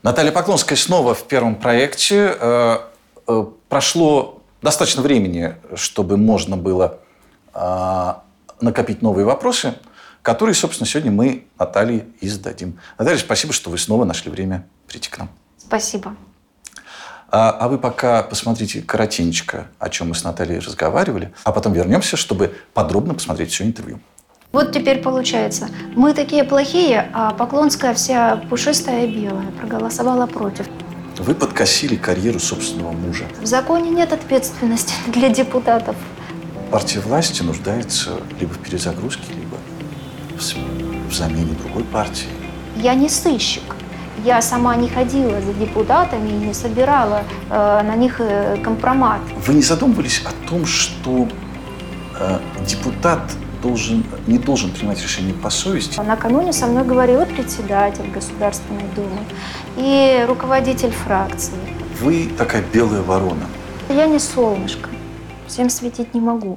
Наталья Поклонская снова в первом проекте. Прошло достаточно времени, чтобы можно было накопить новые вопросы, которые, собственно, сегодня мы Наталье и зададим. Наталья, спасибо, что вы снова нашли время прийти к нам. Спасибо. А вы пока посмотрите коротенько, о чем мы с Натальей разговаривали, а потом вернемся, чтобы подробно посмотреть все интервью. Вот теперь получается, мы такие плохие, а Поклонская вся пушистая и белая, проголосовала против. Вы подкосили карьеру собственного мужа. В законе нет ответственности для депутатов. Партия власти нуждается либо в перезагрузке, либо в замене другой партии. Я не сыщик. Я сама не ходила за депутатами и не собирала на них компромат. Вы не задумывались о том, что депутат не должен принимать решения по совести? Накануне со мной говорил председатель Государственной Думы и руководитель фракции. Вы такая белая ворона. Я не солнышко. Всем светить не могу.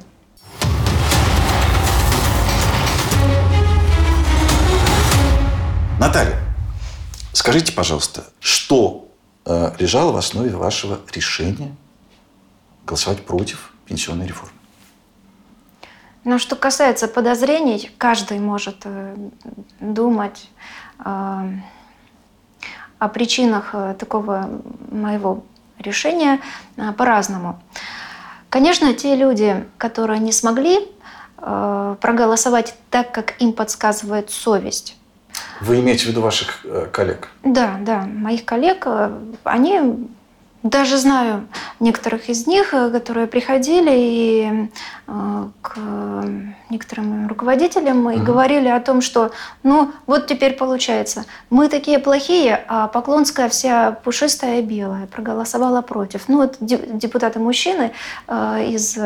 Наталья, скажите, пожалуйста, что лежало в основе вашего решения голосовать против пенсионной реформы? Но что касается подозрений, каждый может думать о причинах такого моего решения по-разному. Конечно, те люди, которые не смогли проголосовать так, как им подсказывает совесть. Вы имеете в виду ваших коллег? Да, моих коллег, они... Даже знаю некоторых из них, которые приходили и к некоторым руководителям и говорили о том, что вот теперь получается, мы такие плохие, а Поклонская вся пушистая и белая, проголосовала против. Вот депутаты-мужчины из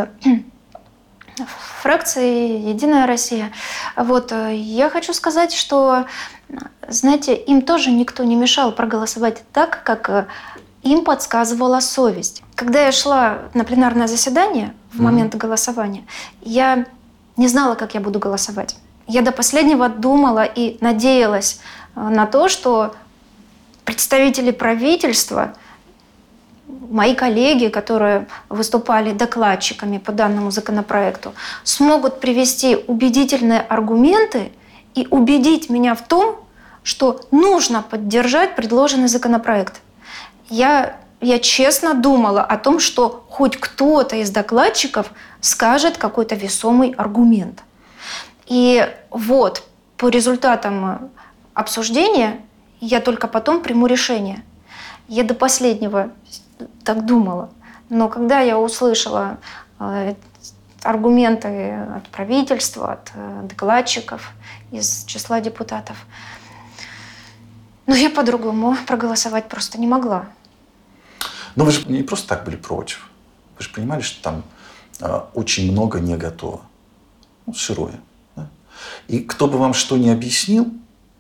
фракции «Единая Россия». Вот, я хочу сказать, что, знаете, им тоже никто не мешал проголосовать так, как им подсказывала совесть. Когда я шла на пленарное заседание в момент голосования, я не знала, как я буду голосовать. Я до последнего думала и надеялась на то, что представители правительства, мои коллеги, которые выступали докладчиками по данному законопроекту, смогут привести убедительные аргументы и убедить меня в том, что нужно поддержать предложенный законопроект. Я честно думала о том, что хоть кто-то из докладчиков скажет какой-то весомый аргумент. И вот по результатам обсуждения я только потом приму решение. Я до последнего так думала. Но когда я услышала аргументы от правительства, от докладчиков из числа депутатов, я по-другому проголосовать просто не могла. Но вы же не просто так были против. Вы же понимали, что там очень много не готово. Сырое. Да? И кто бы вам что ни объяснил,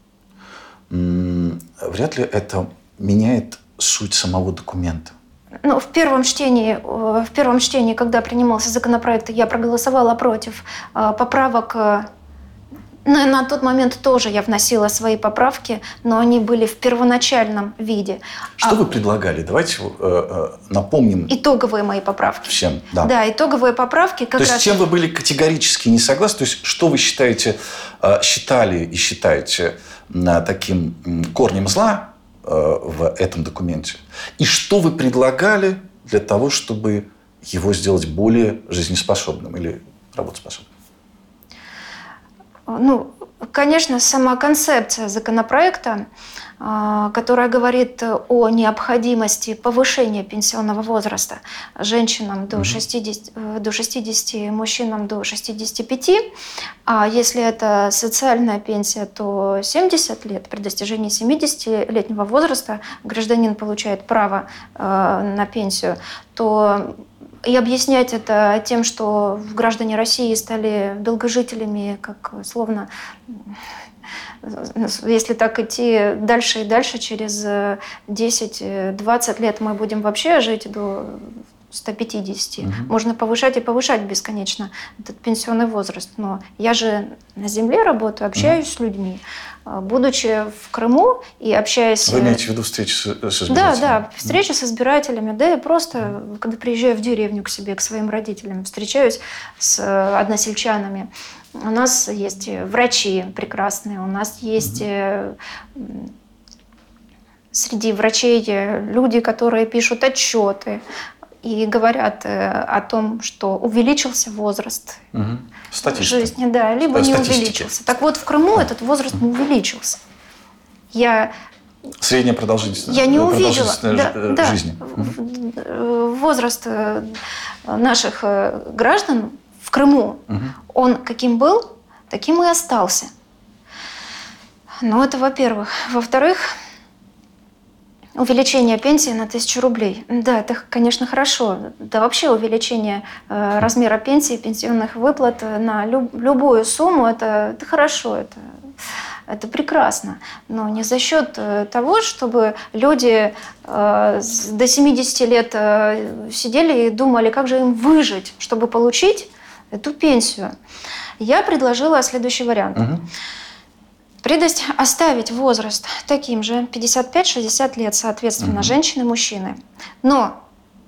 вряд ли это меняет суть самого документа. В первом чтении, когда принимался законопроект, я проголосовала против поправок. На тот момент тоже я вносила свои поправки, но они были в первоначальном виде. Что вы предлагали? Давайте напомним. Итоговые мои поправки. Всем, да. Да, итоговые поправки. То есть, с чем вы были категорически не согласны? То есть, что вы считали и считаете таким корнем зла в этом документе? И что вы предлагали для того, чтобы его сделать более жизнеспособным или работоспособным? Конечно, сама концепция законопроекта, которая говорит о необходимости повышения пенсионного возраста женщинам до 60, мужчинам до 65, а если это социальная пенсия, то 70 лет. При достижении 70-летнего возраста гражданин получает право на пенсию, то и объяснять это тем, что граждане России стали долгожителями, как словно, если так идти дальше и дальше, через 10-20 лет мы будем вообще жить до 150. Можно повышать и повышать бесконечно этот пенсионный возраст. Но я же на земле работаю, общаюсь с людьми. Будучи в Крыму и общаясь... Вы имеете в виду встречи с избирателями? Да, встречи с избирателями. Да, и просто, когда приезжаю в деревню к себе, к своим родителям, встречаюсь с односельчанами. У нас есть врачи прекрасные, у нас есть среди врачей люди, которые пишут отчеты и говорят о том, что увеличился возраст жизни, да, либо не увеличился. Так вот, в Крыму этот возраст не увеличился. Средняя продолжительность я не увидела жизни. Возраст наших граждан в Крыму, он каким был, таким и остался. Ну, это во-первых. Во-вторых, увеличение пенсии на 1000 рублей. Да, это, конечно, хорошо. Да, вообще увеличение размера пенсии, пенсионных выплат на любую сумму, это хорошо, это прекрасно. Но не за счет того, чтобы люди до 70 лет сидели и думали, как же им выжить, чтобы получить эту пенсию. Я предложила следующий вариант. Оставить возраст таким же, 55-60 лет, соответственно, женщины и мужчины. Но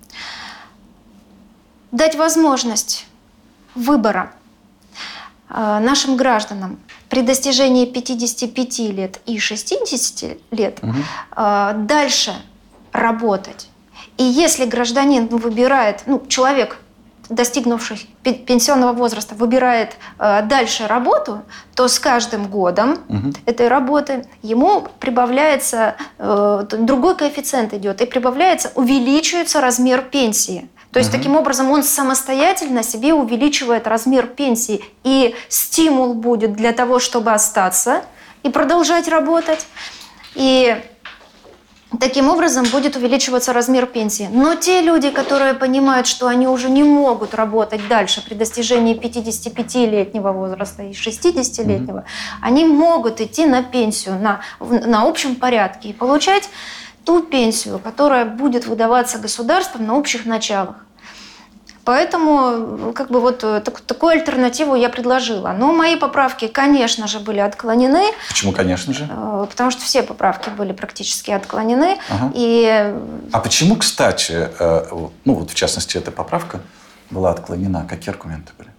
дать возможность выбора нашим гражданам при достижении 55 лет и 60 лет дальше работать. И если гражданин выбирает, человек, достигнувший пенсионного возраста, выбирает дальше работу, то с каждым годом этой работы ему прибавляется, другой коэффициент идет, и увеличивается размер пенсии. То есть, таким образом, он самостоятельно себе увеличивает размер пенсии. И стимул будет для того, чтобы остаться и продолжать работать. И таким образом будет увеличиваться размер пенсии. Но те люди, которые понимают, что они уже не могут работать дальше при достижении 55-летнего возраста и 60-летнего, они могут идти на пенсию на общем порядке и получать ту пенсию, которая будет выдаваться государством на общих началах. Поэтому такую альтернативу я предложила. Но мои поправки, конечно же, были отклонены. Почему, конечно же? Потому что все поправки были практически отклонены. А почему, кстати, в частности, эта поправка была отклонена? Какие аргументы были?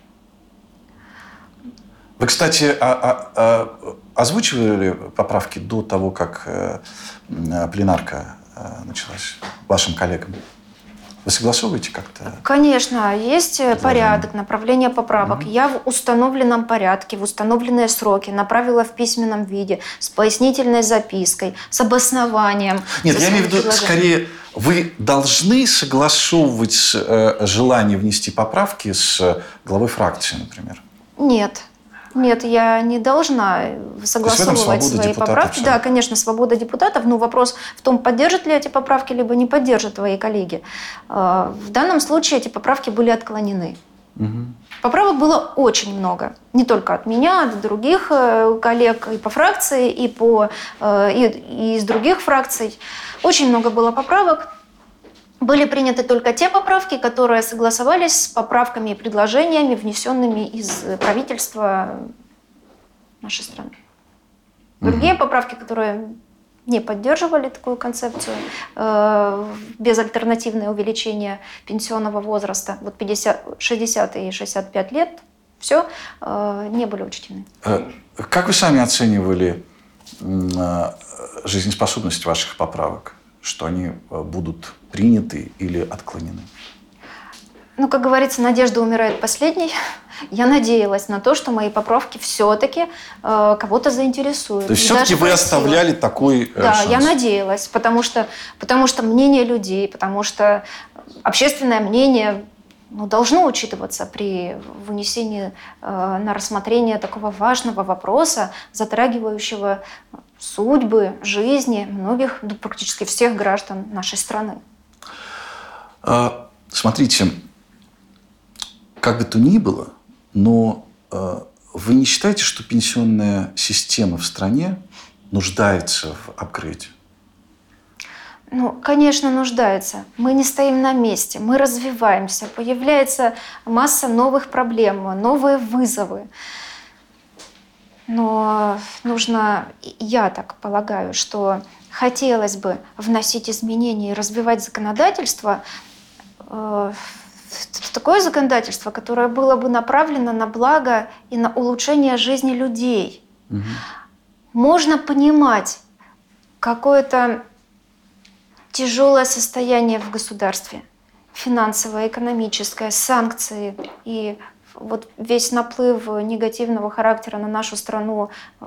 Вы, кстати, озвучивали поправки до того, как пленарка началась вашим коллегам? Вы согласовываете как-то? Конечно, есть порядок направления поправок. Я в установленном порядке, в установленные сроки направила в письменном виде, с пояснительной запиской, с обоснованием. Нет, я имею в виду, скорее, вы должны согласовывать желание внести поправки с главой фракции, например? Нет, я не должна согласовывать свои поправки. Да, конечно, свобода депутатов. Но вопрос в том, поддержат ли эти поправки, либо не поддержат твои коллеги. В данном случае эти поправки были отклонены. Поправок было очень много. Не только от меня, от других коллег и по фракции, и из других фракций. Очень много было поправок. Были приняты только те поправки, которые согласовались с поправками и предложениями, внесенными из правительства нашей страны. Другие поправки, которые не поддерживали такую концепцию, безальтернативное увеличение пенсионного возраста, 60 и 65 лет, все, не были учтены. Как вы сами оценивали жизнеспособность ваших поправок? Что они будут приняты или отклонены? Как говорится, надежда умирает последней. Я надеялась на то, что мои поправки все-таки кого-то заинтересуют. То есть все-таки вы оставляли такой шанс? Да, я надеялась, потому что мнение людей, потому что общественное мнение должно учитываться при вынесении на рассмотрение такого важного вопроса, затрагивающего судьбы, жизни многих, практически всех граждан нашей страны. Смотрите, как бы то ни было, но вы не считаете, что пенсионная система в стране нуждается в апгрейде? Ну, конечно, нуждается. Мы не стоим на месте, мы развиваемся, появляется масса новых проблем, новые вызовы. Но нужно, я так полагаю, что хотелось бы вносить изменения и развивать законодательство, такое законодательство, которое было бы направлено на благо и на улучшение жизни людей. Угу. Можно понимать какое-то тяжелое состояние в государстве, финансовое, экономическое, санкции и вот весь наплыв негативного характера на нашу страну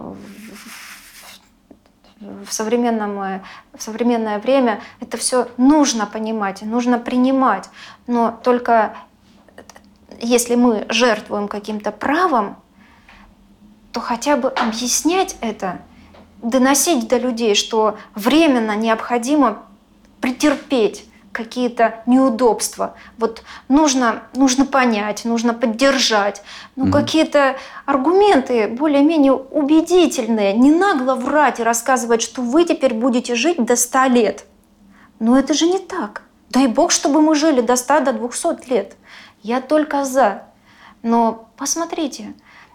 в современное время, это все нужно понимать, нужно принимать. Но только если мы жертвуем каким-то правом, то хотя бы объяснять это, доносить до людей, что временно необходимо претерпеть какие-то неудобства. Вот нужно понять, нужно поддержать. Ну, какие-то аргументы более-менее убедительные. Не нагло врать и рассказывать, что вы теперь будете жить до 100 лет. Но это же не так. Дай Бог, чтобы мы жили до 100, до 200 лет. Я только за. Но посмотрите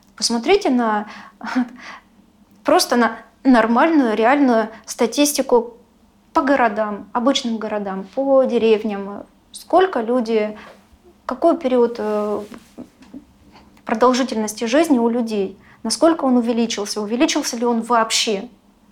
просто на нормальную, реальную статистику по городам, обычным городам, по деревням. Сколько люди, какой период продолжительности жизни у людей, насколько он увеличился ли он вообще.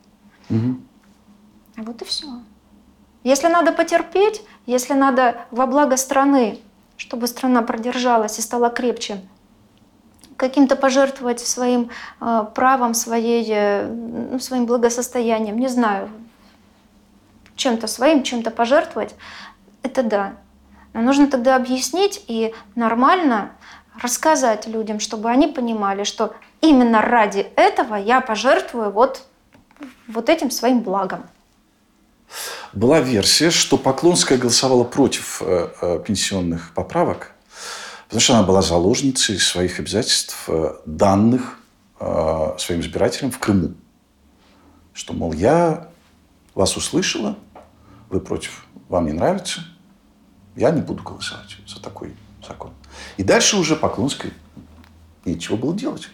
Вот и все. Если надо потерпеть, если надо во благо страны, чтобы страна продержалась и стала крепче, каким-то пожертвовать своим правом, своим благосостоянием, не знаю, чем-то своим, чем-то пожертвовать, это да. Но нужно тогда объяснить и нормально рассказать людям, чтобы они понимали, что именно ради этого я пожертвую вот этим своим благом. Была версия, что Поклонская голосовала против пенсионных поправок, потому что она была заложницей своих обязательств, данных своим избирателям в Крыму. Что, мол, я вас услышала, вы против, вам не нравится, я не буду голосовать за такой закон. И дальше уже Поклонской нечего было делать.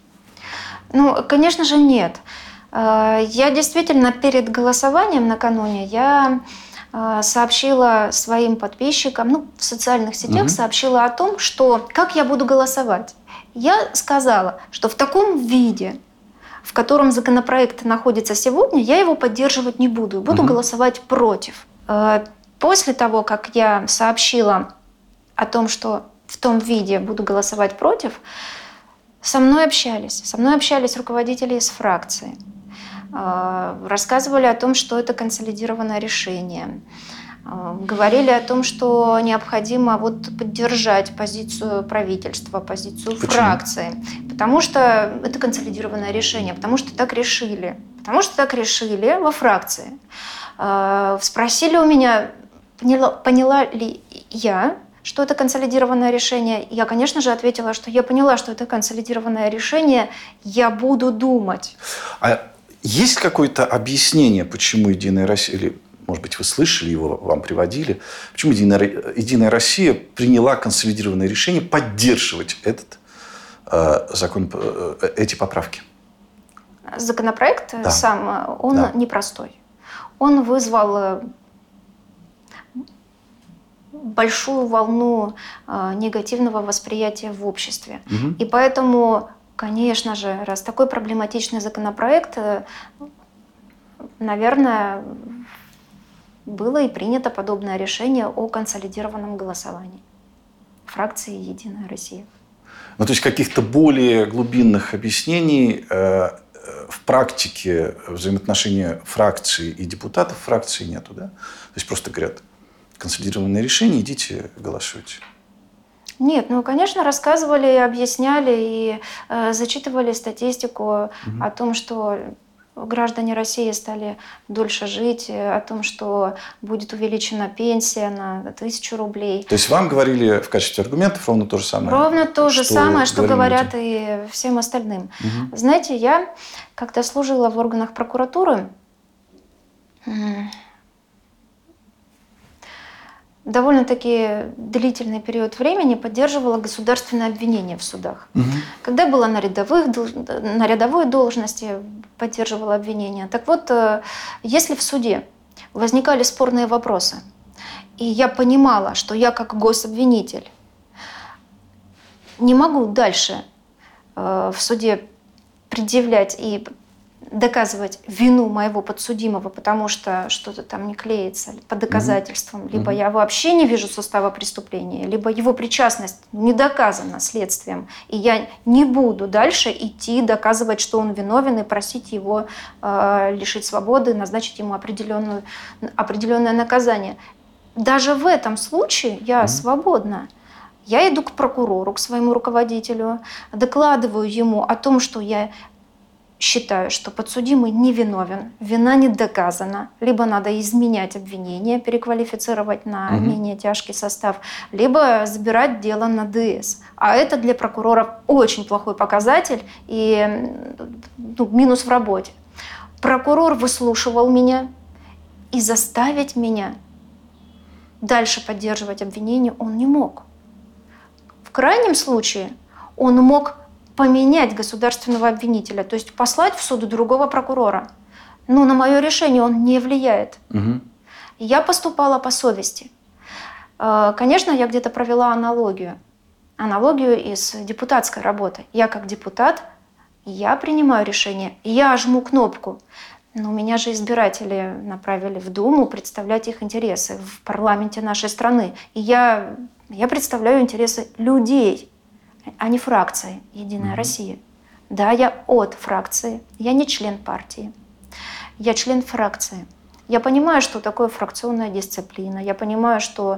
Ну, конечно же, нет. Я действительно перед голосованием накануне я сообщила своим подписчикам, в социальных сетях сообщила о том, что как я буду голосовать. Я сказала, что в таком виде, в котором законопроект находится сегодня, я его поддерживать не буду. Буду голосовать против. После того, как я сообщила о том, что в том виде буду голосовать против, со мной общались руководители из фракции. Рассказывали о том, что это консолидированное решение. Говорили о том, что необходимо поддержать позицию правительства, позицию фракции. Потому что это консолидированное решение, потому что так решили. Потому что так решили во фракции. Спросили у меня, поняла ли я, что это консолидированное решение. Я, конечно же, ответила, что я поняла, что это консолидированное решение, я буду думать. А есть какое-то объяснение, почему «Единая Россия», или, может быть, вы слышали его, вам приводили, почему «Единая Россия» приняла консолидированное решение поддерживать этот закон, эти поправки? Законопроект сам, он непростой. Он вызвал большую волну негативного восприятия в обществе. И поэтому, конечно же, раз такой проблематичный законопроект, наверное, было и принято подобное решение о консолидированном голосовании фракции «Единая Россия». Ну, то есть каких-то более глубинных объяснений в практике взаимоотношения фракции и депутатов фракции нету, да? То есть просто говорят: консолидированное решение, идите голосуйте. Нет, конечно, рассказывали, объясняли и зачитывали статистику о том, что граждане России стали дольше жить, о том, что будет увеличена пенсия на 1000 рублей. То есть вам говорили в качестве аргументов ровно то же самое? Ровно то же самое, что говорят и всем остальным. Знаете, я, когда служила в органах прокуратуры, довольно-таки длительный период времени поддерживала государственное обвинение в судах. Когда была на рядовой должности, поддерживала обвинение. Так вот, если в суде возникали спорные вопросы, и я понимала, что я как гособвинитель не могу дальше в суде предъявлять и доказывать вину моего подсудимого, потому что что-то там не клеится по доказательствам, либо я вообще не вижу состава преступления, либо его причастность не доказана следствием, и я не буду дальше идти доказывать, что он виновен, и просить его лишить свободы, назначить ему определенное наказание. Даже в этом случае я свободна. Я иду к прокурору, к своему руководителю, докладываю ему о том, что я считаю, что подсудимый невиновен, вина не доказана, либо надо изменять обвинение, переквалифицировать на менее тяжкий состав, либо забирать дело на ДС. А это для прокуроров очень плохой показатель и минус в работе. Прокурор выслушивал меня, и заставить меня дальше поддерживать обвинение он не мог. В крайнем случае он мог поменять государственного обвинителя, то есть послать в суд другого прокурора. Но на мое решение он не влияет. Я поступала по совести. Конечно, я где-то провела аналогию и с депутатской работой. Я как депутат, я принимаю решение, я жму кнопку. Но меня же избиратели направили в Думу представлять их интересы в парламенте нашей страны. И я представляю интересы людей, а не фракции «Единая Россия». Да, я от фракции, я не член партии, я член фракции. Я понимаю, что такое фракционная дисциплина, я понимаю, что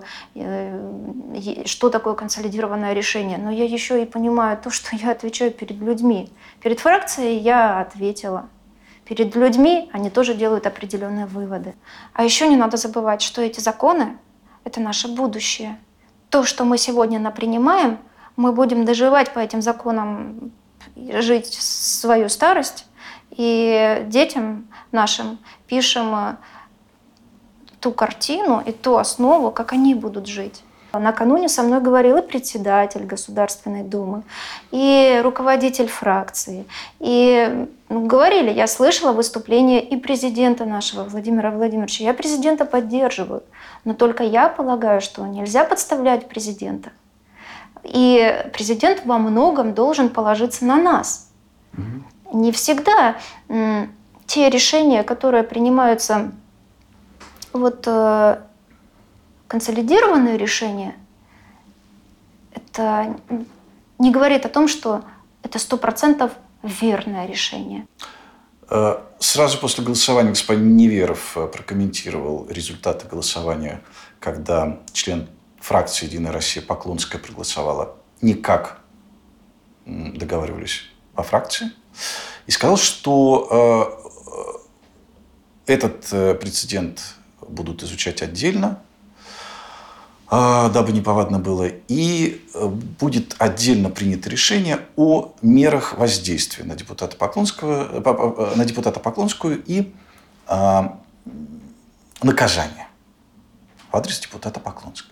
такое консолидированное решение, но я еще и понимаю то, что я отвечаю перед людьми. Перед фракцией я ответила. Перед людьми они тоже делают определенные выводы. А еще не надо забывать, что эти законы – это наше будущее. То, что мы сегодня напринимаем, мы будем доживать по этим законам, жить свою старость, и детям нашим пишем ту картину и ту основу, как они будут жить. Накануне со мной говорил и председатель Государственной Думы, и руководитель фракции. И говорили, я слышала выступление и президента нашего Владимира Владимировича. Я президента поддерживаю, но только я полагаю, что нельзя подставлять президента. И президент во многом должен положиться на нас. Не всегда те решения, которые принимаются консолидированные решения, это не говорит о том, что это 100% верное решение. Сразу после голосования господин Неверов прокомментировал результаты голосования, когда член фракции «Единая Россия» Поклонская проголосовала не как договаривались по фракции, и сказал, что этот прецедент будут изучать отдельно, дабы неповадно было, и будет отдельно принято решение о мерах воздействия на депутата Поклонскую и наказания в адрес депутата Поклонской.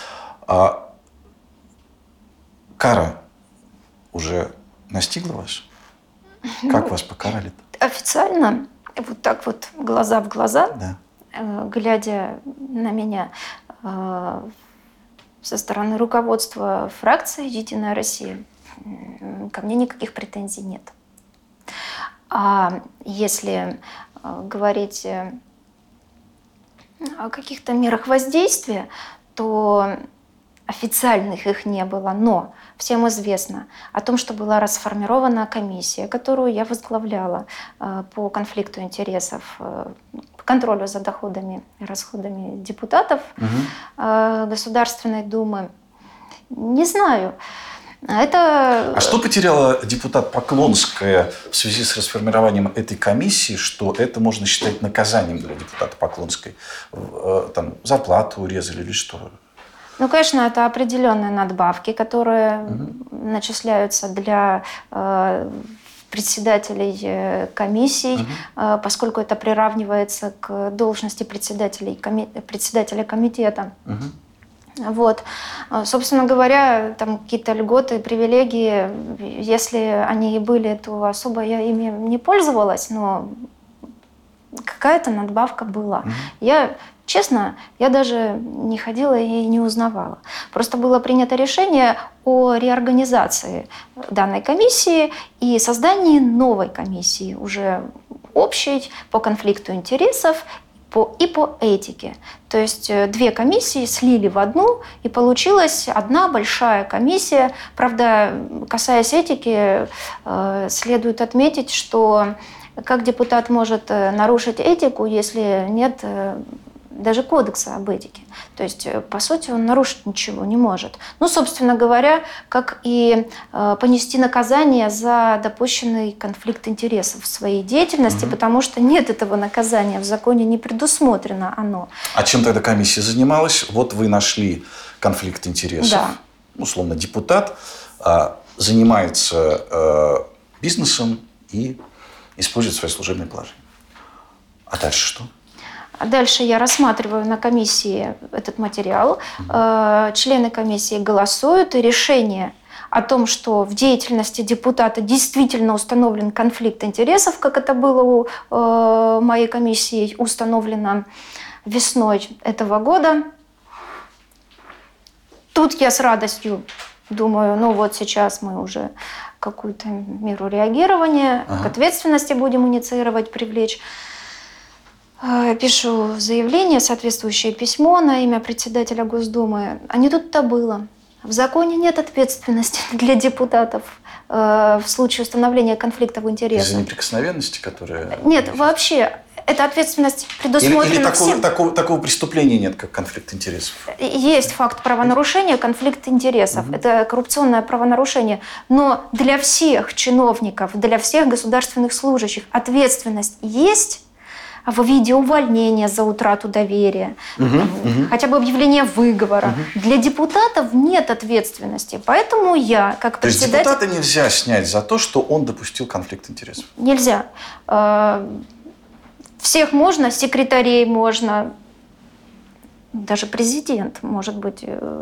Кара уже настигла вас? Как вас покарали-то? Официально, вот так вот глаза в глаза, Да. Глядя на меня со стороны руководства фракции «Единая Россия», ко мне никаких претензий нет. А если говорить о каких-то мерах воздействия, то официальных их не было, но всем известно о том, что была расформирована комиссия, которую я возглавляла по конфликту интересов, по контролю за доходами и расходами депутатов Государственной Думы. Не знаю. А что потеряла депутат Поклонская в связи с расформированием этой комиссии, что это можно считать наказанием для депутата Поклонской? Там зарплату урезали или что? Ну, конечно, это определенные надбавки, которые начисляются для председателей комиссий, поскольку это приравнивается к должности председателя комитета. Вот. Собственно говоря, там какие-то льготы, привилегии, если они и были, то особо я ими не пользовалась, но какая-то надбавка была. Честно, я даже не ходила и не узнавала. Просто было принято решение о реорганизации данной комиссии и создании новой комиссии, уже общей по конфликту интересов и по этике. То есть 2 комиссии слили в одну, и получилась одна большая комиссия. Правда, касаясь этики, следует отметить, что как депутат может нарушить этику, если нет даже кодекса об этике. То есть, по сути, он нарушить ничего не может. Ну, собственно говоря, как и понести наказание за допущенный конфликт интересов в своей деятельности, потому что нет этого наказания, в законе не предусмотрено оно. А чем тогда комиссия занималась? Вот вы нашли конфликт интересов. Да. Условно, депутат занимается бизнесом и использует свои служебные положения. А дальше что? А дальше я рассматриваю на комиссии этот материал. Члены комиссии голосуют, и решение о том, что в деятельности депутата действительно установлен конфликт интересов, как это было у моей комиссии установлено весной этого года. Тут я с радостью думаю, ну вот сейчас мы уже какую-то меру реагирования, к ответственности будем инициировать, привлечь. Пишу заявление, соответствующее письмо на имя председателя Госдумы. А не тут-то было. В законе нет ответственности для депутатов в случае установления конфликтов интересов. Из-за неприкосновенности, которая... Нет, вообще, эта ответственность предусмотрена всем. Или такого преступления нет, как конфликт интересов? Есть факт правонарушения, конфликт интересов. Это коррупционное правонарушение. Но для всех чиновников, для всех государственных служащих ответственность есть в виде увольнения за утрату доверия, хотя бы объявления выговора. Для депутатов нет ответственности. Поэтому я, как председатель... То есть депутата нельзя снять за то, что он допустил конфликт интересов? Нельзя. Всех можно, секретарей можно, даже президент может быть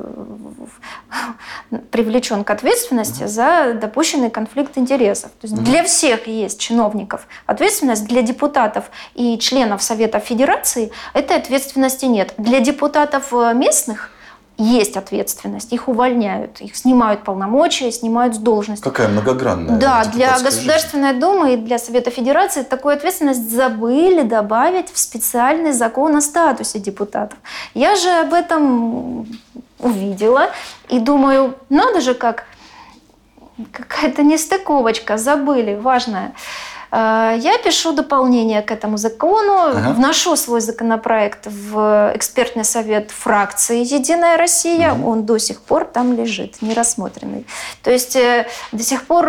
привлечен к ответственности за допущенный конфликт интересов. То есть для всех есть чиновников ответственность, для депутатов и членов Совета Федерации этой ответственности нет. Для депутатов местных есть ответственность, их увольняют, их снимают полномочия, снимают с должности. Какая многогранная. Да, для Государственной жизнь. Думы и для Совета Федерации такую ответственность забыли добавить в специальный закон о статусе депутатов. Я же об этом увидела и думаю, надо же как, какая-то нестыковочка, забыли, важное. Я пишу дополнение к этому закону, вношу свой законопроект в экспертный совет фракции «Единая Россия». Он до сих пор там лежит, не рассмотренный. То есть до сих пор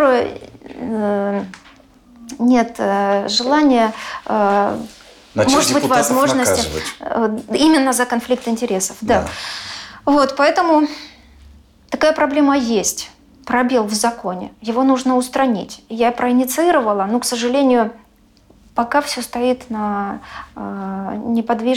нет желания, может быть, возможности именно за конфликт интересов. Да. Вот, поэтому такая проблема есть. Пробел в законе. Его нужно устранить. Я проинициировала, но, к сожалению, пока все стоит на в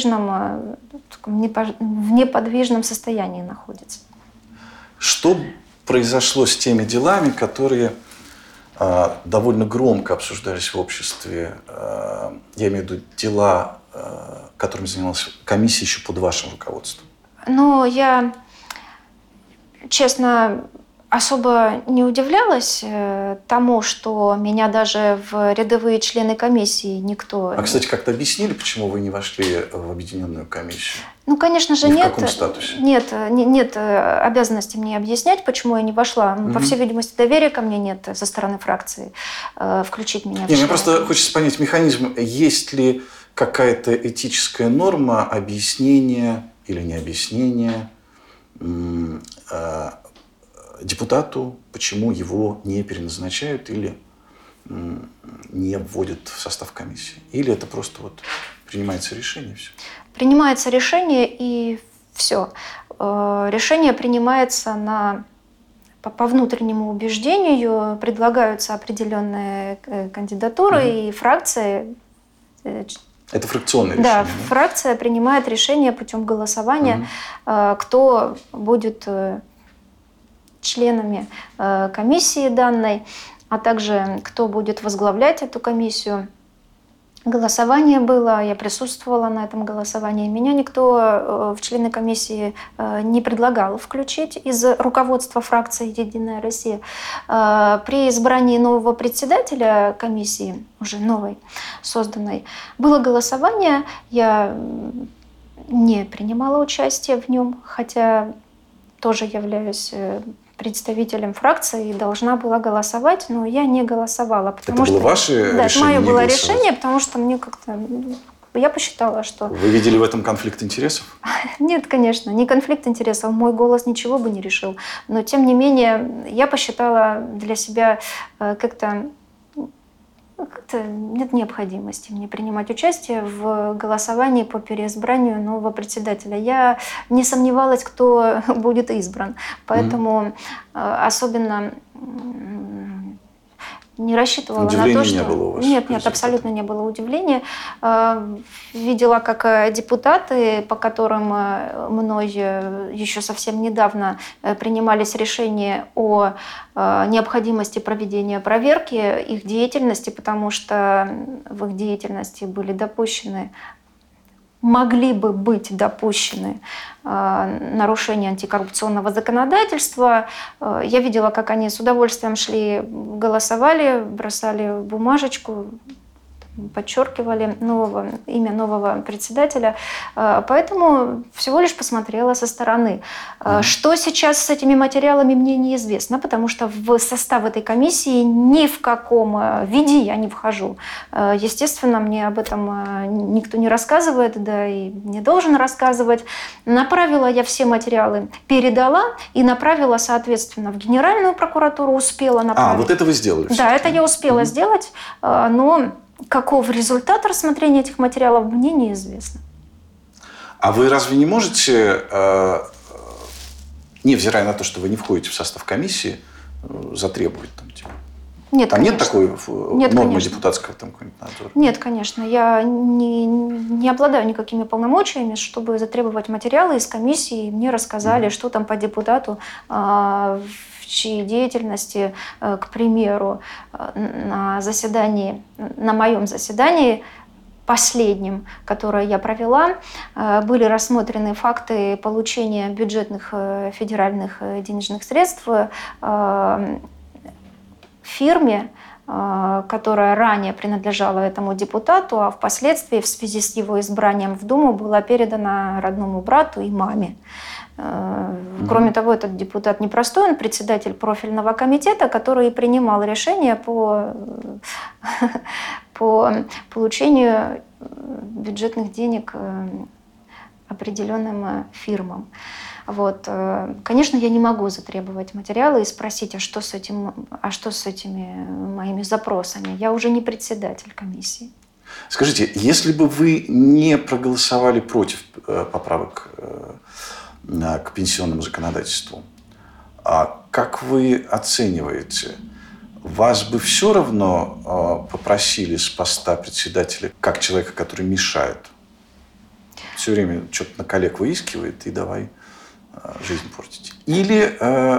неподвижном состоянии находится. Что произошло с теми делами, которые довольно громко обсуждались в обществе? Я имею в виду дела, которыми занималась комиссия еще под вашим руководством. Ну, я, честно, особо не удивлялась тому, что меня даже в рядовые члены комиссии никто... А, кстати, как-то объяснили, почему вы не вошли в объединенную комиссию? Ну, конечно же, нет. В каком статусе? Нет обязанности мне объяснять, почему я не вошла. По всей видимости, доверия ко мне нет со стороны фракции включить меня в члены. Мне просто хочется понять механизм. Есть ли какая-то этическая норма объяснения или не объяснения депутату, почему его не переназначают или не вводят в состав комиссии? Или это просто вот принимается решение и все? Принимается решение и все. Решение принимается по внутреннему убеждению, предлагаются определенные кандидатуры, и фракция, Это фракционное Да, решение? фракция принимает решение путем голосования, кто будет членами комиссии данной, а также кто будет возглавлять эту комиссию. Голосование было, я присутствовала на этом голосовании. Меня никто в члены комиссии не предлагал включить из руководства фракции «Единая Россия». При избрании нового председателя комиссии, уже новой, созданной, было голосование. Я не принимала участие в нем, хотя тоже являюсь представителем фракции и должна была голосовать, но я не голосовала. Это было ваше решение? Да, это мое было решение, потому что мне как-то... Я посчитала, что... Вы видели в этом конфликт интересов? Нет, конечно, не конфликт интересов. Мой голос ничего бы не решил. Но, тем не менее, я посчитала для себя как-то нет необходимости мне принимать участие в голосовании по переизбранию нового председателя. Я не сомневалась, кто будет избран. Поэтому особенно не рассчитывала удивления на то, что... не было у вас? Нет, абсолютно не было удивления. Видела, как депутаты, по которым мной еще совсем недавно принимались решения о необходимости проведения проверки их деятельности, потому что в их деятельности были допущены, могли бы быть допущены нарушения антикоррупционного законодательства. Я видела, как они с удовольствием шли, голосовали, бросали бумажечку, подчеркивали имя нового председателя. Поэтому всего лишь посмотрела со стороны. Что сейчас с этими материалами, мне неизвестно, потому что в состав этой комиссии ни в каком виде я не вхожу. Естественно, мне об этом никто не рассказывает, да и не должен рассказывать. Направила я все материалы, передала и направила, соответственно, в Генеральную прокуратуру, успела направить. Вот это вы сделали? Да, это я успела сделать, но каков результат рассмотрения этих материалов, мне неизвестно. А вы разве не можете, невзирая на то, что вы не входите в состав комиссии, затребовать там типа? Нет, там конечно. нет такой нормы конечно. депутатского там какого-нибудь надзора? Нет, конечно. Я не обладаю никакими полномочиями, чтобы затребовать материалы из комиссии. Мне рассказали, что там по депутату, в чьей деятельности, к примеру, на моем заседании, последнем, которое я провела, были рассмотрены факты получения бюджетных федеральных денежных средств фирме, которая ранее принадлежала этому депутату, а впоследствии в связи с его избранием в Думу была передана родному брату и маме. Кроме того, этот депутат непростой, он председатель профильного комитета, который принимал решения по получению бюджетных денег определенным фирмам. Конечно, я не могу затребовать материалы и спросить, а что с этими моими запросами. Я уже не председатель комиссии. Скажите, если бы вы не проголосовали против поправок к пенсионному законодательству, как вы оцениваете, вас бы все равно попросили с поста председателя как человека, который мешает? Все время что-то на коллег выискивает и давай жизнь портить. Или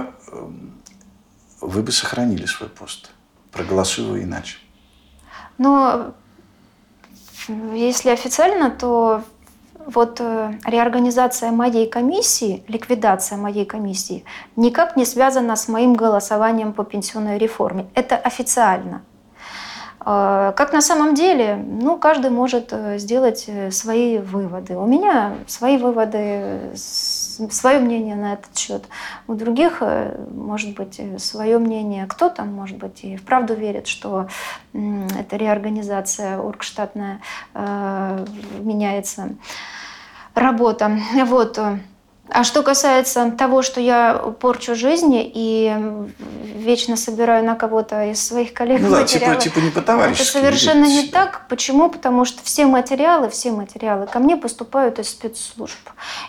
вы бы сохранили свой пост, проголосуя иначе? Но если официально, то реорганизация моей комиссии, ликвидация моей комиссии никак не связана с моим голосованием по пенсионной реформе. Это официально. Как на самом деле, каждый может сделать свои выводы. У меня свои выводы, свое мнение на этот счет. У других, может быть, свое мнение. Кто-то, может быть, и вправду верит, что эта реорганизация оргштатная, меняется работа. А что касается того, что я порчу жизни и вечно собираю на кого-то из своих коллег материалы, типа не по-товарищески. Это совершенно не так. Почему? Потому что все материалы ко мне поступают из спецслужб.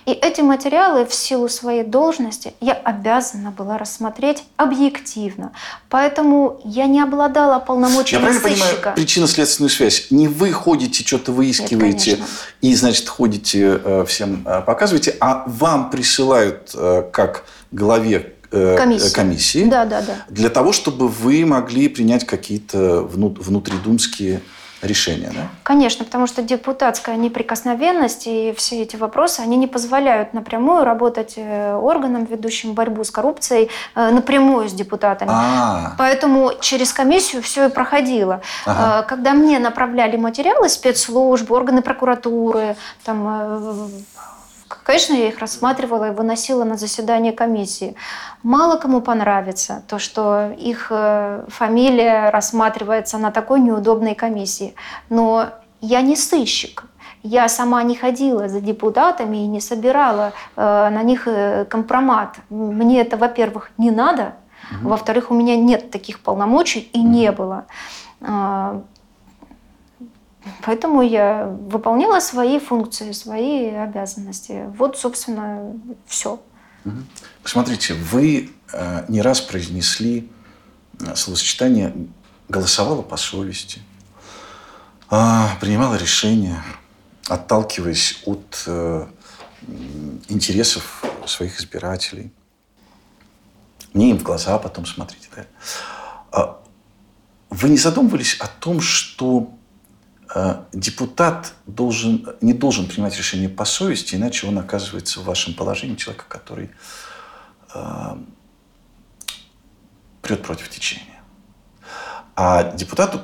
И эти материалы в силу своей должности я обязана была рассмотреть объективно. Поэтому я не обладала полномочиями Я правильно сыщика. понимаю причинно-следственную связь? Не вы ходите, что-то выискиваете, конечно. и, значит, ходите, всем показываете, а вам присылают как главе комиссии Да. для того, чтобы вы могли принять какие-то внутридумские решения, да? Конечно, потому что депутатская неприкосновенность и все эти вопросы, они не позволяют напрямую работать органам, ведущим борьбу с коррупцией, напрямую с депутатами. Поэтому через комиссию все и проходило. Когда мне направляли материалы спецслужб, органы прокуратуры, там, конечно, я их рассматривала и выносила на заседание комиссии. Мало кому понравится то, что их фамилия рассматривается на такой неудобной комиссии. Но я не сыщик. Я сама не ходила за депутатами и не собирала на них компромат. Мне это, во-первых, не надо. Во-вторых, у меня нет таких полномочий и не было. Поэтому я выполняла свои функции, свои обязанности. Вот, собственно, все. Посмотрите, вы не раз произнесли словосочетание «голосовала по совести», принимала решения, отталкиваясь от интересов своих избирателей. Мне им в глаза потом смотрите. Да? Вы не задумывались о том, что депутат не должен принимать решения по совести, иначе он оказывается в вашем положении человека, который прет против течения. А депутату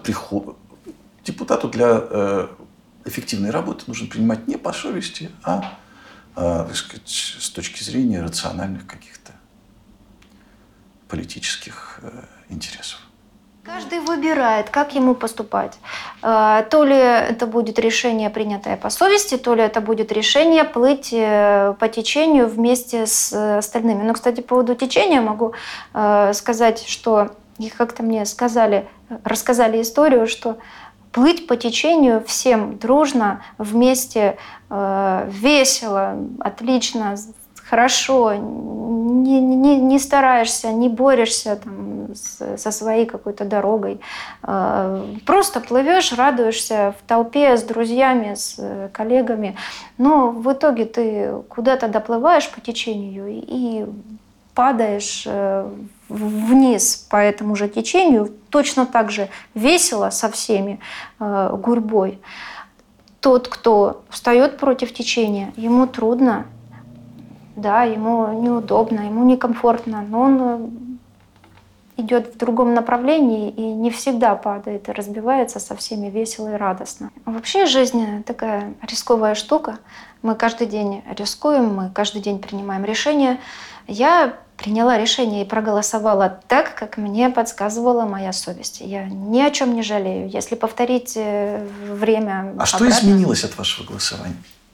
для эффективной работы нужно принимать не по совести, а так сказать, с точки зрения рациональных каких-то политических интересов. Каждый выбирает, как ему поступать. То ли это будет решение, принятое по совести, то ли это будет решение плыть по течению вместе с остальными. Но, кстати, по поводу течения могу сказать, что как-то мне рассказали историю, что плыть по течению всем дружно, вместе, весело, отлично, хорошо, не стараешься, не борешься там, со своей какой-то дорогой. Просто плывешь, радуешься в толпе с друзьями, с коллегами. Но в итоге ты куда-то доплываешь по течению и падаешь вниз по этому же течению, точно так же весело со всеми, гурьбой. Тот, кто встает против течения, ему трудно. Да, ему неудобно, ему некомфортно, но он идет в другом направлении и не всегда падает и разбивается со всеми весело и радостно. Вообще жизнь такая рисковая штука. Мы каждый день рискуем, мы каждый день принимаем решения. Я приняла решение и проголосовала так, как мне подсказывала моя совесть. Я ни о чем не жалею. Если повторить время А что изменилось от вашего голосования?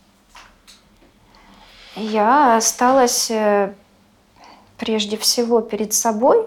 Я осталась прежде всего перед собой,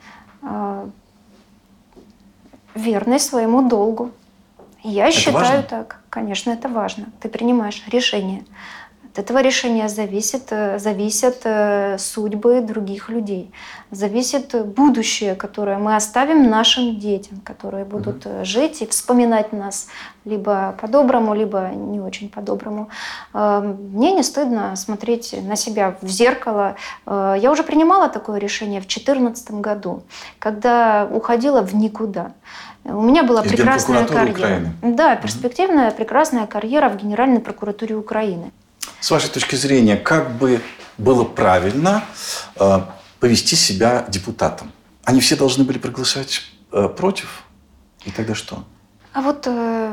верной своему долгу. Я считаю так. Конечно, это важно. Ты принимаешь решение. От этого решения зависят судьбы других людей. Зависит будущее, которое мы оставим нашим детям, которые будут жить и вспоминать нас либо по-доброму, либо не очень по-доброму. Мне не стыдно смотреть на себя в зеркало. Я уже принимала такое решение в 2014 году, когда уходила в никуда. У меня была прекрасная карьера. Украины. Да, перспективная, прекрасная карьера в Генеральной прокуратуре Украины. С вашей точки зрения, как бы было правильно повести себя депутатом? Они все должны были проголосовать против? И тогда что? А вот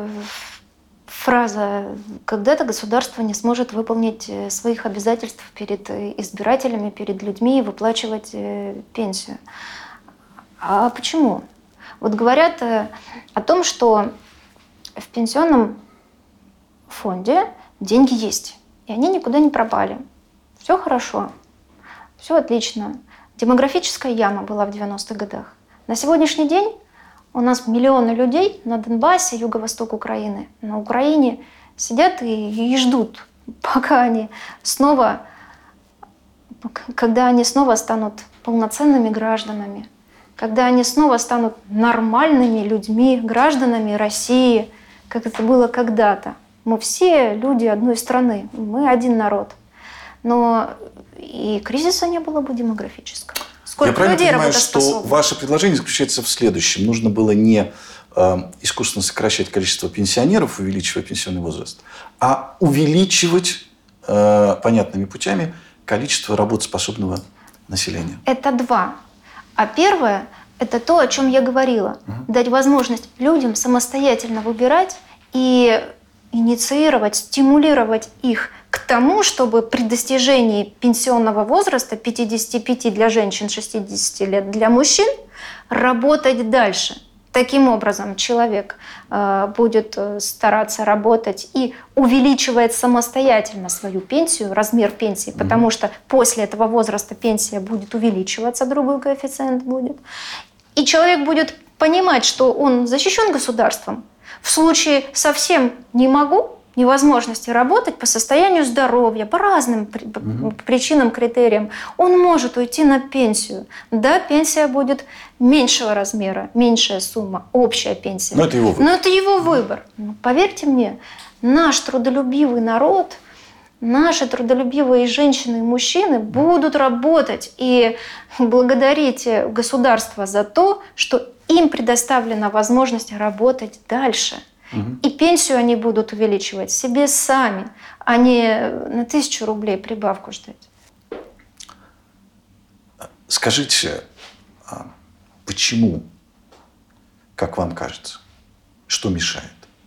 фраза «когда-то государство не сможет выполнить своих обязательств перед избирателями, перед людьми и выплачивать пенсию». А почему? Вот говорят о том, что в пенсионном фонде деньги есть. И они никуда не пропали. Все хорошо, все отлично. Демографическая яма была в 90-х годах. На сегодняшний день у нас миллионы людей на Донбассе, юго-восток Украины, на Украине сидят и ждут пока они снова, когда они снова станут полноценными гражданами, когда они снова станут нормальными людьми, гражданами России, как это было когда-то. Мы все люди одной страны, мы один народ. Но и кризиса не было бы демографического. Сколько Я правильно людей понимаю, что работоспособны? ваше предложение заключается в следующем. Нужно было не искусственно сокращать количество пенсионеров, увеличивая пенсионный возраст, а увеличивать понятными путями количество работоспособного населения. Это два. А первое – это то, о чем я говорила. Дать возможность людям самостоятельно выбирать и инициировать, стимулировать их к тому, чтобы при достижении пенсионного возраста 55 для женщин, 60 лет для мужчин работать дальше. Таким образом, человек будет стараться работать и увеличивает самостоятельно свою пенсию, размер пенсии, потому что после этого возраста пенсия будет увеличиваться, другой коэффициент будет. И человек будет понимать, что он защищен государством. В случае совсем не могу, невозможности работать по состоянию здоровья, по разным причинам, критериям, он может уйти на пенсию. Да, пенсия будет меньшего размера, меньшая сумма, общая пенсия. Но это его выбор. Но это его выбор. Но поверьте мне, наш трудолюбивый народ, наши трудолюбивые женщины и мужчины будут работать и благодарить государство за то, что им предоставлена возможность работать дальше. И пенсию они будут увеличивать себе сами, а не на 1000 рублей прибавку ждать. Скажите, почему, как вам кажется, что мешает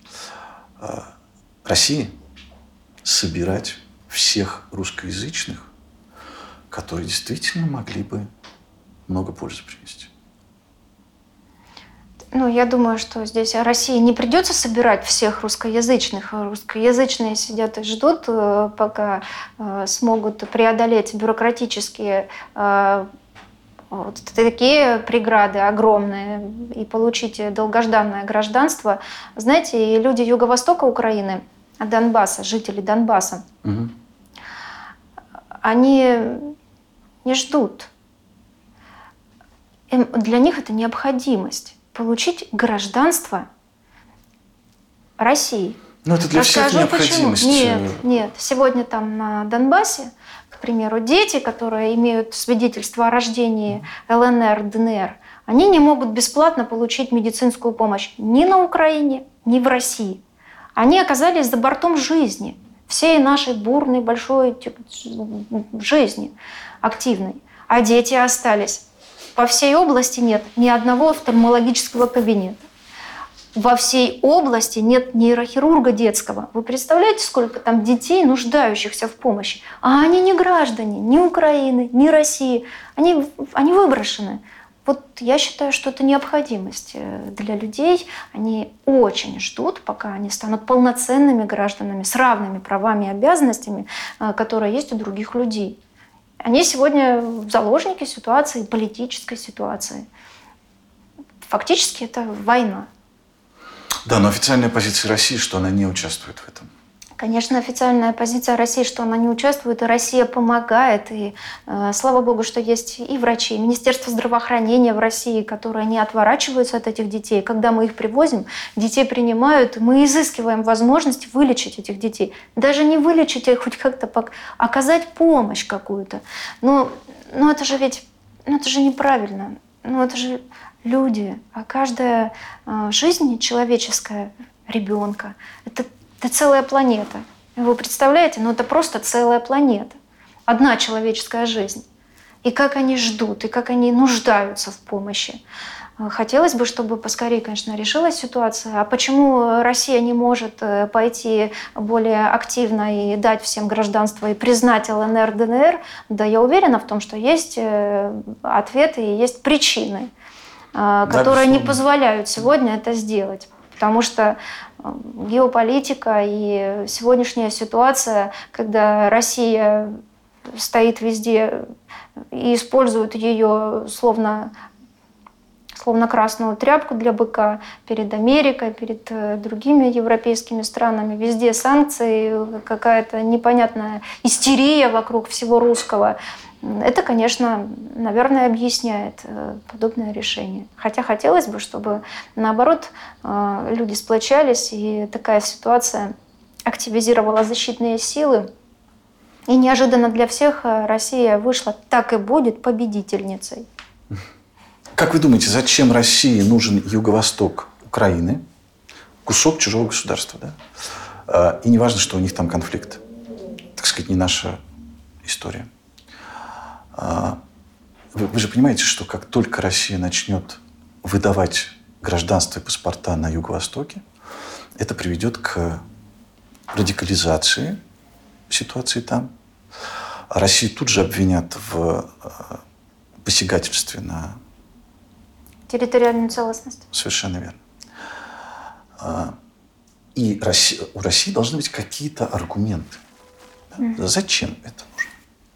России собирать всех русскоязычных, которые действительно могли бы много пользы принести? Ну, я думаю, что здесь России не придется собирать всех русскоязычных. Русскоязычные сидят и ждут, пока смогут преодолеть бюрократические вот такие преграды огромные и получить долгожданное гражданство. Знаете, и люди Юго-Востока Украины, Донбасса, жители Донбасса, они не ждут. Для них это необходимость. Получить гражданство России. Но это для всех необходимость. Нет. Сегодня там на Донбассе, к примеру, дети, которые имеют свидетельство о рождении ЛНР, ДНР, они не могут бесплатно получить медицинскую помощь ни на Украине, ни в России. Они оказались за бортом жизни, всей нашей бурной, большой жизни, активной. А дети остались. По всей области нет ни одного офтальмологического кабинета. Во всей области нет нейрохирурга детского. Вы представляете, сколько там детей, нуждающихся в помощи? А они не граждане ни Украины, ни России. Они выброшены. Вот я считаю, что это необходимость для людей. Они очень ждут, пока они станут полноценными гражданами с равными правами и обязанностями, которые есть у других людей. Они сегодня в заложники ситуации, политической ситуации. Фактически это война. Да, но официальная позиция России, что она не участвует в этом. Конечно, официальная позиция России, что она не участвует, и Россия помогает. И слава богу, что есть и врачи, и Министерство здравоохранения в России, которые не отворачиваются от этих детей. Когда мы их привозим, детей принимают, мы изыскиваем возможность вылечить этих детей. Даже не вылечить, а хоть как-то оказать помощь какую-то. Но это же ведь это же неправильно. Это же люди. А каждая жизнь человеческая, ребенка, это целая планета. Вы представляете? Это просто целая планета. Одна человеческая жизнь. И как они ждут, и как они нуждаются в помощи. Хотелось бы, чтобы поскорее, конечно, решилась ситуация. А почему Россия не может пойти более активно и дать всем гражданство и признать ЛНР, ДНР? Да, я уверена в том, что есть ответы и есть причины, которые не позволяют сегодня это сделать. Потому что геополитика и сегодняшняя ситуация, когда Россия стоит везде и использует ее словно словно красную тряпку для быка перед Америкой, перед другими европейскими странами. Везде санкции, какая-то непонятная истерия вокруг всего русского. Это, конечно, наверное, объясняет подобное решение. Хотя хотелось бы, чтобы, наоборот, люди сплочались, и такая ситуация активизировала защитные силы. И неожиданно для всех Россия вышла, так и будет, победительницей. Как вы думаете, зачем России нужен юго-восток Украины? Кусок чужого государства, да? И не важно, что у них там конфликт. Так сказать, не наша история. Вы же понимаете, что как только Россия начнет выдавать гражданство и паспорта на Юго-Востоке, это приведет к радикализации ситуации там. Россию тут же обвинят в посягательстве на территориальную целостность. Совершенно верно. И у России должны быть какие-то аргументы. Да? Зачем это нужно?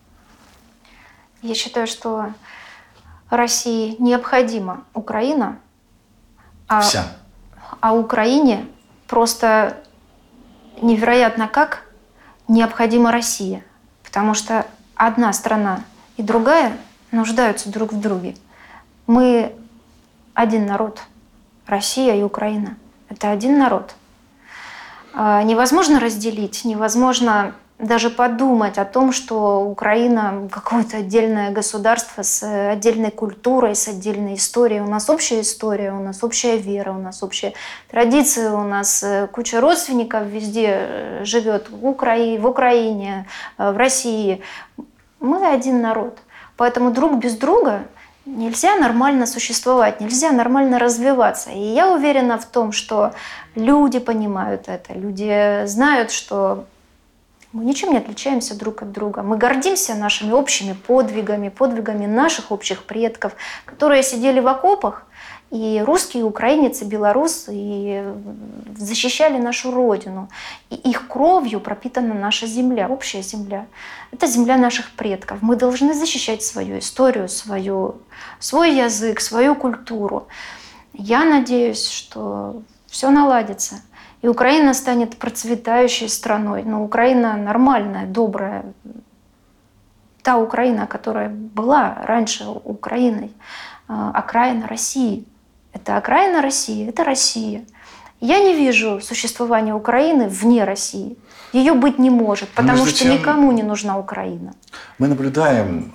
Я считаю, что России необходима Украина, Вся. а Украине просто невероятно как необходима Россия. Потому что одна страна и другая нуждаются друг в друге. Мы один народ. Россия и Украина. Это один народ. Невозможно разделить, невозможно даже подумать о том, что Украина какое-то отдельное государство с отдельной культурой, с отдельной историей. У нас общая история, у нас общая вера, у нас общая традиция, у нас куча родственников везде живет, в Украине, в России. Мы один народ. Поэтому друг без друга нельзя нормально существовать, нельзя нормально развиваться. И я уверена в том, что люди понимают это, люди знают, что мы ничем не отличаемся друг от друга. Мы гордимся нашими общими подвигами, подвигами наших общих предков, которые сидели в окопах, и русские, и украинец, и белорус, и защищали нашу родину. И их кровью пропитана наша земля, общая земля. Это земля наших предков. Мы должны защищать свою историю, свой язык, свою культуру. Я надеюсь, что все наладится. И Украина станет процветающей страной. Но Украина нормальная, добрая. Та Украина, которая была раньше Украиной. Окраина России. Это окраина России, это Россия. Я не вижу существования Украины вне России. Ее быть не может, потому что никому не нужна Украина. Мы наблюдаем,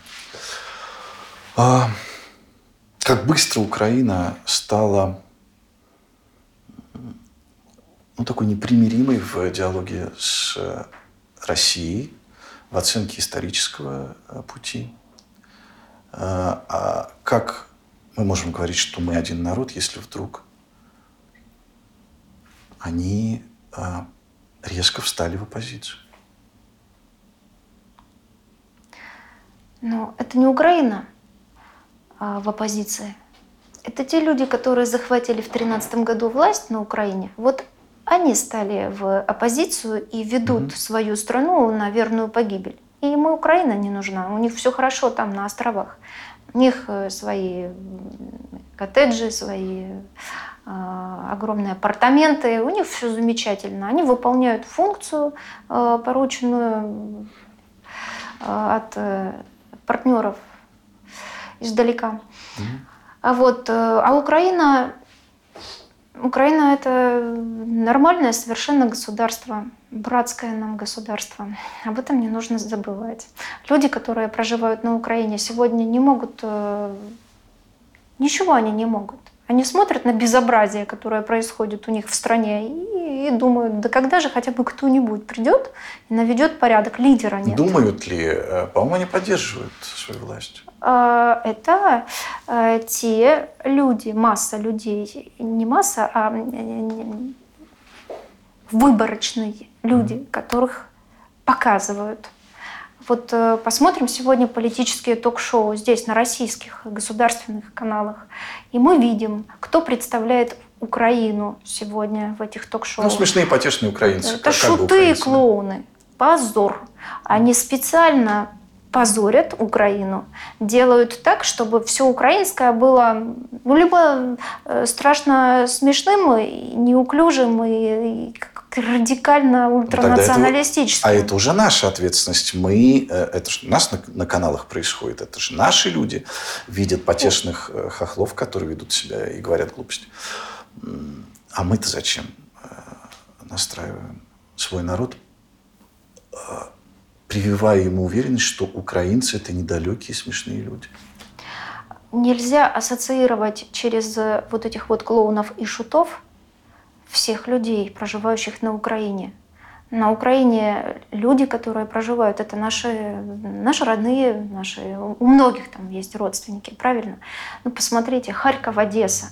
как быстро Украина стала такой непримиримой в диалоге с Россией, в оценке исторического пути. А как мы можем говорить, что мы один народ, если вдруг они резко встали в оппозицию? Но это не Украина в оппозиции. Это те люди, которые захватили в 2013 году власть на Украине. Вот они стали в оппозицию и ведут свою страну на верную погибель. И им и Украина не нужна. У них все хорошо там, на островах. У них свои коттеджи, свои огромные апартаменты. У них все замечательно. Они выполняют функцию, порученную от партнеров издалека. А Украина это нормальное совершенно государство, братское нам государство. Об этом не нужно забывать. Люди, которые проживают на Украине, сегодня не могут, ничего они не могут. Они смотрят на безобразие, которое происходит у них в стране, и думают, да когда же хотя бы кто-нибудь придет и наведет порядок, лидера нет. Думают ли? По-моему, они поддерживают свою власть. Это те люди, масса людей, не масса, а выборочные люди, которых показывают. Вот посмотрим сегодня политические ток-шоу здесь, на российских государственных каналах, и мы видим, кто представляет Украину сегодня в этих ток-шоу. Ну, смешные, потешные украинцы. Это шуты и клоуны. Позор. Они специально позорят Украину, делают так, чтобы все украинское было либо страшно смешным, и неуклюжим и радикально ультранационалистическим. А это уже наша ответственность. Это же у нас на каналах происходит. Это же наши люди видят потешных хохлов, которые ведут себя и говорят глупости. А мы-то зачем настраиваем свой народ, прививая ему уверенность, что украинцы – это недалекие, смешные люди? Нельзя ассоциировать через вот этих вот клоунов и шутов всех людей, проживающих на Украине. На Украине люди, которые проживают, это наши родные, у многих там есть родственники, правильно? Ну, посмотрите, Харьков, Одесса,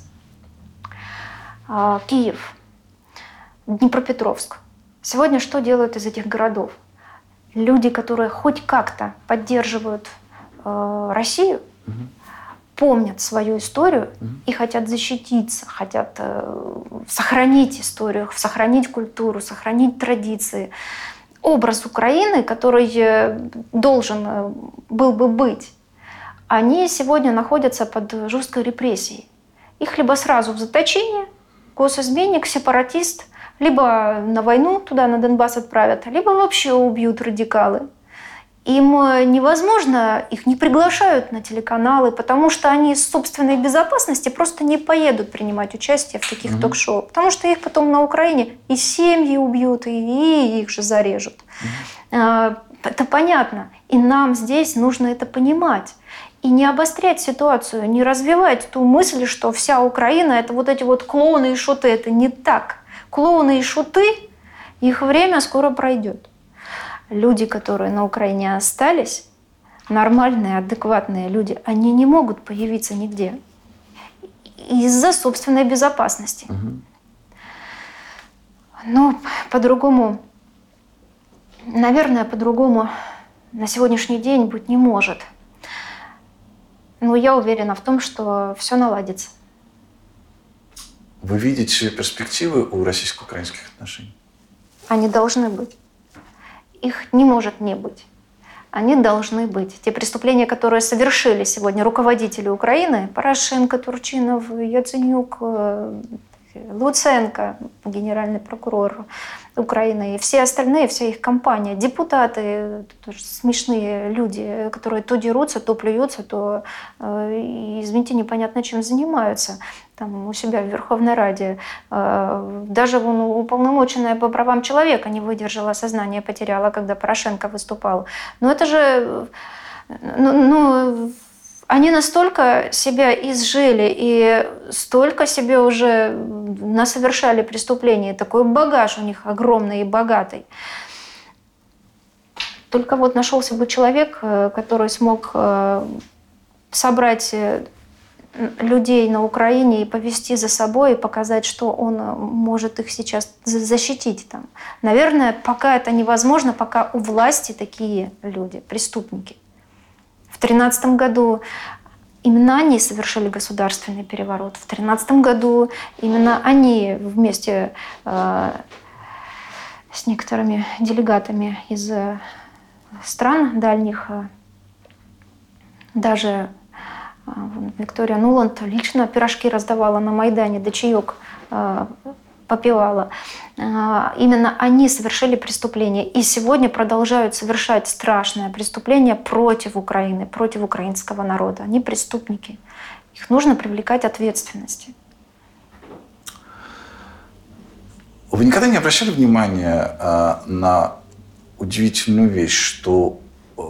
Киев, Днепропетровск. Сегодня что делают из этих городов? Люди, которые хоть как-то поддерживают Россию, помнят свою историю и хотят защититься, хотят сохранить историю, сохранить культуру, сохранить традиции. Образ Украины, который должен был бы быть, они сегодня находятся под жесткой репрессией. Их либо сразу в заточение, госизменник, сепаратист, либо на войну туда, на Донбасс отправят, либо вообще убьют радикалы. Им невозможно, их не приглашают на телеканалы, потому что они из собственной безопасности просто не поедут принимать участие в таких ток-шоу. Потому что их потом на Украине и семьи убьют, и их же зарежут. Это понятно. И нам здесь нужно это понимать. И не обострять ситуацию, не развивать ту мысль, что вся Украина – это вот эти вот клоуны и шуты. Это не так. Клоуны и шуты, их время скоро пройдет. Люди, которые на Украине остались, нормальные, адекватные люди, они не могут появиться нигде из-за собственной безопасности. Но по-другому, наверное, по-другому на сегодняшний день быть не может. Но я уверена в том, что все наладится. Вы видите перспективы у российско-украинских отношений? Они должны быть. Их не может не быть. Они должны быть. Те преступления, которые совершили сегодня руководители Украины, Порошенко, Турчинов, Яценюк, Луценко, генеральный прокурор Украины, и все остальные, вся их компания, депутаты, тоже смешные люди, которые то дерутся, то плюются, то, извините, непонятно чем занимаются там у себя в Верховной Раде. Даже уполномоченная по правам человека не выдержала, сознание потеряла, когда Порошенко выступал. Но это же... Они настолько себя изжили и столько себе уже насовершали преступлений, такой багаж у них огромный и богатый. Только вот нашелся бы человек, который смог собрать людей на Украине и повести за собой, и показать, что он может их сейчас защитить. Там. Наверное, пока это невозможно, пока у власти такие люди, преступники. В 2013 году именно они совершили государственный переворот. В 2013 году именно они вместе с некоторыми делегатами из стран дальних, даже Виктория Нуланд лично пирожки раздавала на Майдане, да чаек попивала. Именно они совершили преступление и сегодня продолжают совершать страшное преступление против Украины, против украинского народа. Они преступники. Их нужно привлекать к ответственности. Вы никогда не обращали внимания на удивительную вещь, что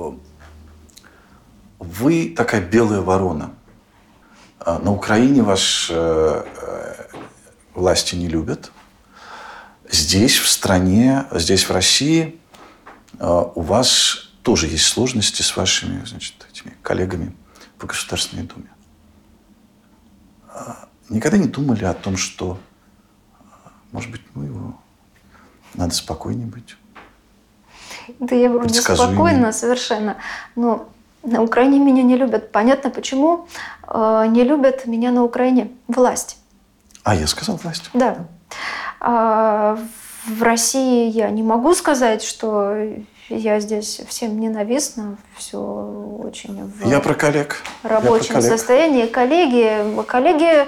вы такая белая ворона. На Украине вас власти не любят. Здесь, в стране, здесь, в России, у вас тоже есть сложности с вашими, этими коллегами в Государственной Думе. Никогда не думали о том, что, может быть, надо спокойнее быть? Да я вроде спокойна совершенно, но на Украине меня не любят. Понятно, почему не любят меня на Украине власть. А я сказал власть? Да. В России я не могу сказать, что я здесь всем ненавистна, все очень в Я про коллег. рабочем состоянии. Коллеги,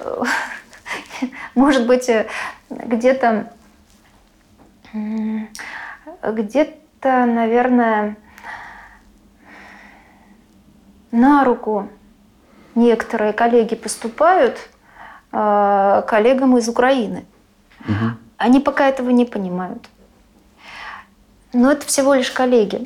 может быть, где-то, наверное, на руку некоторые коллеги поступают коллегам из Украины. Угу. Они пока этого не понимают. Но это всего лишь коллеги.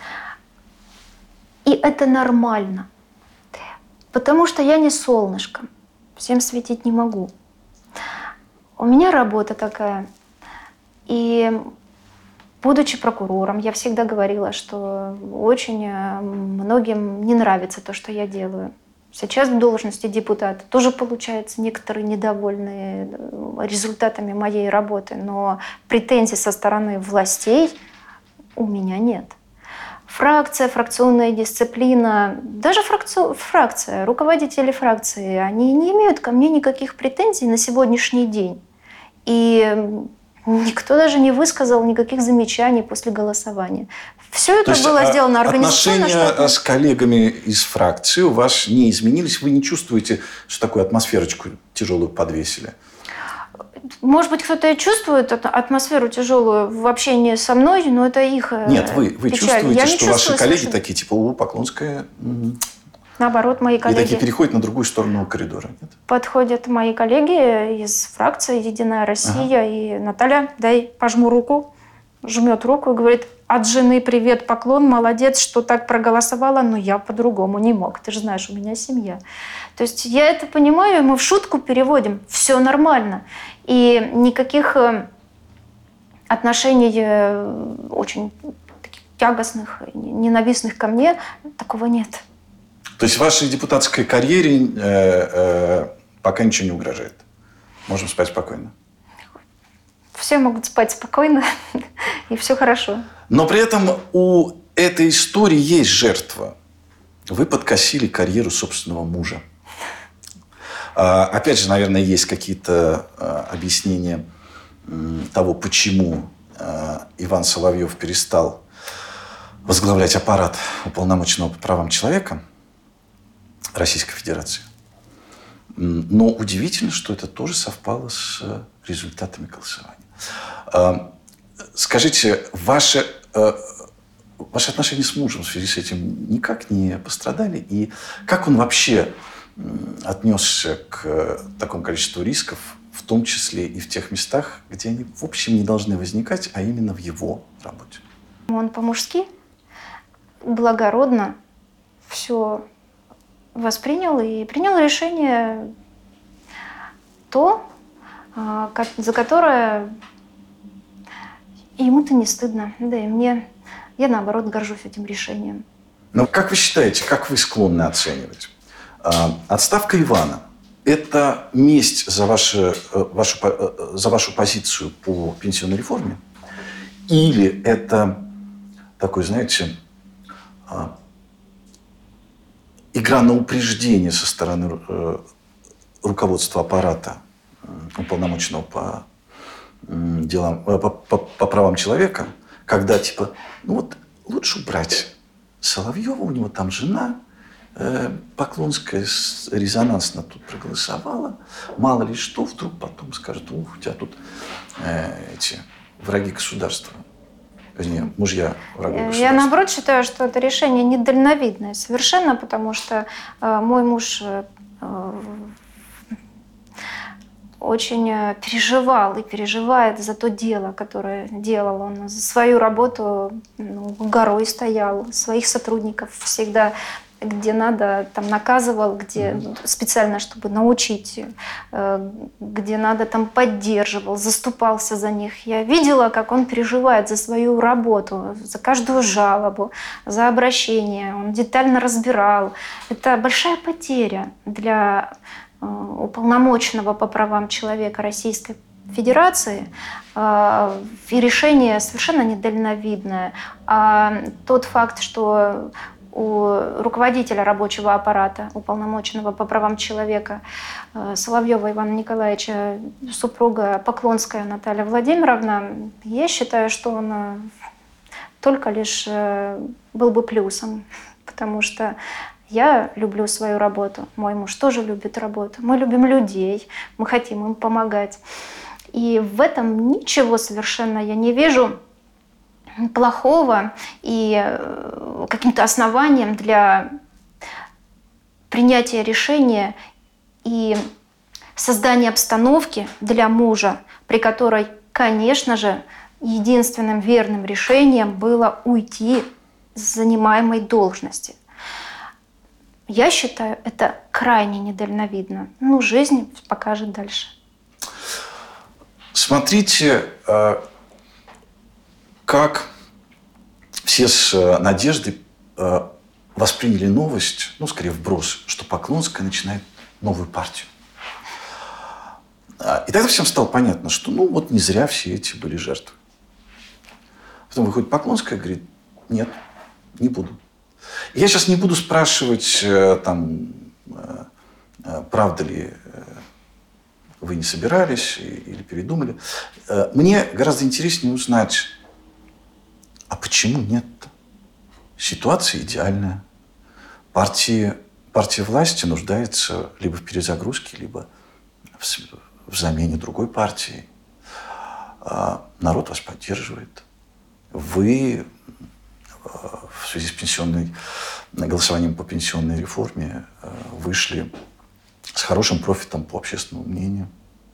И это нормально. Потому что я не солнышко. Всем светить не могу. У меня работа такая. И будучи прокурором, я всегда говорила, что очень многим не нравится то, что я делаю. Сейчас в должности депутата тоже, получается, некоторые недовольны результатами моей работы, но претензий со стороны властей у меня нет. Фракция, фракционная дисциплина, даже фракция, руководители фракции, они не имеют ко мне никаких претензий на сегодняшний день. И никто даже не высказал никаких замечаний после голосования. Все это было сделано организационно. Отношения с коллегами из фракции у вас не изменились? Вы не чувствуете, что такую атмосферочку тяжелую подвесили? Может быть, кто-то и чувствует атмосферу тяжелую в общении со мной, но это их Нет, вы печаль. Чувствуете, что ваши коллеги такие, типа, Поклонская... Наоборот, мои коллеги... И такие переходят на другую сторону коридора, нет? Подходят мои коллеги из фракции «Единая Россия», и Наталья, дай пожму руку, жмет руку и говорит: от жены привет, поклон, молодец, что так проголосовала, но я по-другому не мог, ты же знаешь, у меня семья. То есть я это понимаю, и мы в шутку переводим, все нормально. И никаких отношений очень таких тягостных, ненавистных ко мне такого нет. То есть вашей депутатской карьере пока ничего не угрожает? Можем спать спокойно? Все могут спать спокойно, и все хорошо. Но при этом у этой истории есть жертва. Вы подкосили карьеру собственного мужа. Опять же, наверное, есть какие-то объяснения того, почему Иван Соловьев перестал возглавлять аппарат уполномоченного по правам человека Российской Федерации. Но удивительно, что это тоже совпало с результатами голосования. Скажите, ваши отношения с мужем в связи с этим никак не пострадали? И как он вообще отнесся к такому количеству рисков, в том числе и в тех местах, где они, в общем, не должны возникать, а именно в его работе? Он по-мужски, благородно все воспринял и принял решение то, за которое ему-то не стыдно. Да и мне, я наоборот горжусь этим решением. Но как вы считаете, как вы склонны оценивать? Отставка Ивана – это месть за вашу позицию по пенсионной реформе? Или это такой, знаете, игра на упреждение со стороны руководства аппарата, уполномоченного по делам, по правам человека, когда типа, ну вот лучше убрать Соловьева, у него там жена Поклонская резонансно тут проголосовала, мало ли что, вдруг потом скажут: ух, у тебя тут эти враги государства. Вернее, мужья врагов государства. Я, наоборот, считаю, что это решение недальновидное совершенно, потому что мой муж очень переживал и переживает за то дело, которое делал. Он за свою работу горой стоял, своих сотрудников всегда, где надо, там наказывал, где специально, чтобы научить, где надо, там поддерживал, заступался за них. Я видела, как он переживает за свою работу, за каждую жалобу, за обращение. Он детально разбирал. Это большая потеря для уполномоченного по правам человека Российской Федерации, и решение совершенно недальновидное. А тот факт, что у руководителя рабочего аппарата, уполномоченного по правам человека Соловьева Ивана Николаевича, супруга Поклонская Наталья Владимировна, я считаю, что он только лишь был бы плюсом, потому что я люблю свою работу, мой муж тоже любит работу, мы любим людей, мы хотим им помогать. И в этом ничего совершенно я не вижу плохого и каким-то основанием для принятия решения и создания обстановки для мужа, при которой, конечно же, единственным верным решением было уйти с занимаемой должности. Я считаю, это крайне недальновидно. Ну, жизнь покажет дальше. Смотрите, как все с надеждой восприняли новость, ну, скорее вброс, что Поклонская начинает новую партию. И тогда всем стало понятно, что ну вот не зря все эти были жертвы. Потом выходит Поклонская и говорит: нет, не буду. И я сейчас не буду спрашивать, там, правда ли вы не собирались или передумали. Мне гораздо интереснее узнать, а почему нет-то? Ситуация идеальная. Партия власти нуждается либо в перезагрузке, либо в замене другой партии. Народ вас поддерживает. Вы в связи с голосованием по пенсионной реформе вышли с хорошим профитом по общественному мнению.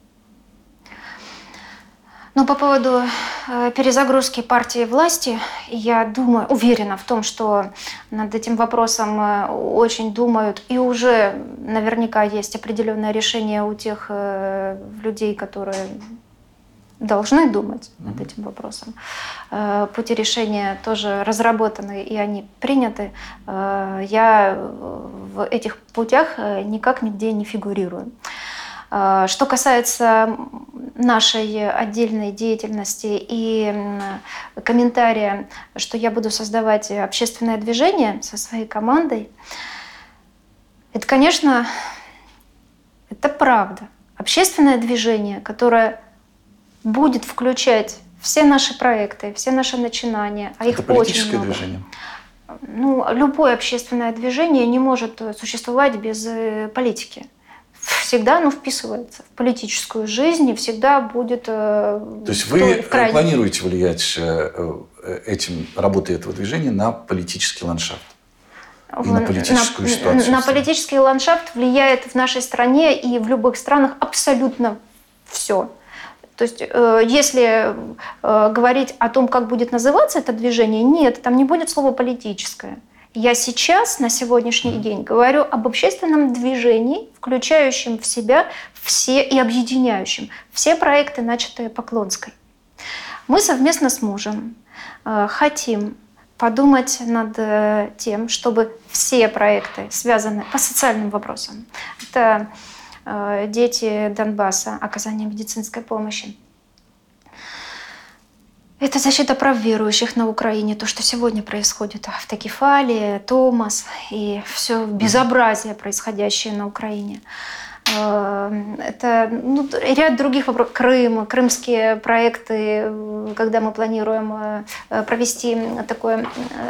Но по поводу перезагрузки партии власти, я думаю, уверена в том, что над этим вопросом очень думают, и уже наверняка есть определенное решение у тех людей, которые должны думать над этим вопросом. Пути решения тоже разработаны, и они приняты. Я в этих путях никак нигде не фигурирую. Что касается нашей отдельной деятельности и комментария, что я буду создавать общественное движение со своей командой, это, конечно, это правда. Общественное движение, которое будет включать все наши проекты, все наши начинания, а их очень много. Это политическое движение? Ну, любое общественное движение не может существовать без политики. Всегда оно вписывается в политическую жизнь и всегда будет... То есть вы планируете влиять работой этого движения на политический ландшафт? И на политическую ситуацию? На политический ландшафт влияет в нашей стране и в любых странах абсолютно все. То есть, если говорить о том, как будет называться это движение, нет, там не будет слова «политическое». Я сейчас, на сегодняшний день, говорю об общественном движении, включающем в себя все и объединяющем все проекты, начатые Поклонской. Мы совместно с мужем хотим подумать над тем, чтобы все проекты, связанные по социальным вопросам, это дети Донбасса, оказание медицинской помощи, это защита прав верующих на Украине, то, что сегодня происходит в Такефале, Томас и все безобразие, происходящее на Украине. Это ряд других вопросов. Крым, крымские проекты, когда мы планируем провести такое,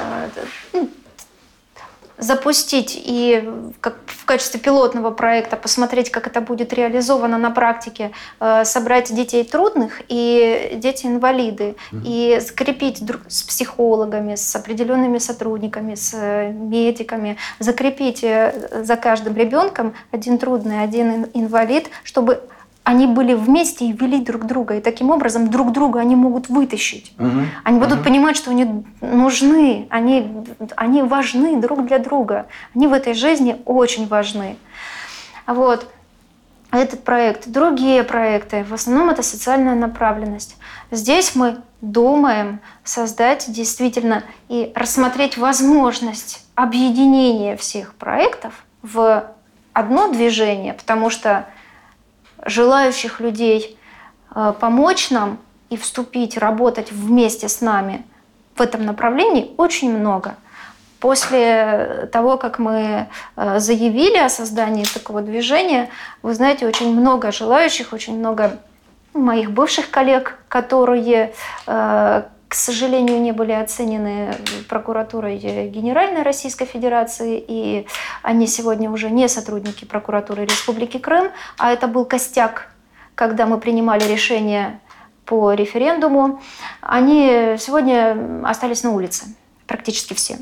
запустить и в качестве пилотного проекта посмотреть, как это будет реализовано на практике, собрать детей трудных и дети-инвалиды, и закрепить с психологами, с определенными сотрудниками, с медиками, закрепить за каждым ребенком один трудный, один инвалид, чтобы они были вместе и вели друг друга. И таким образом друг друга они могут вытащить. Они будут понимать, что они нужны, они важны друг для друга. Они в этой жизни очень важны. Вот. Этот проект, другие проекты, в основном это социальная направленность. Здесь мы думаем создать действительно и рассмотреть возможность объединения всех проектов в одно движение, потому что желающих людей помочь нам и вступить, работать вместе с нами в этом направлении очень много. После того, как мы заявили о создании такого движения, вы знаете, очень много желающих, очень много моих бывших коллег, которые к сожалению, не были оценены прокуратурой Генеральной Российской Федерации, и они сегодня уже не сотрудники прокуратуры Республики Крым, а это был костяк, когда мы принимали решение по референдуму. Они сегодня остались на улице, практически все.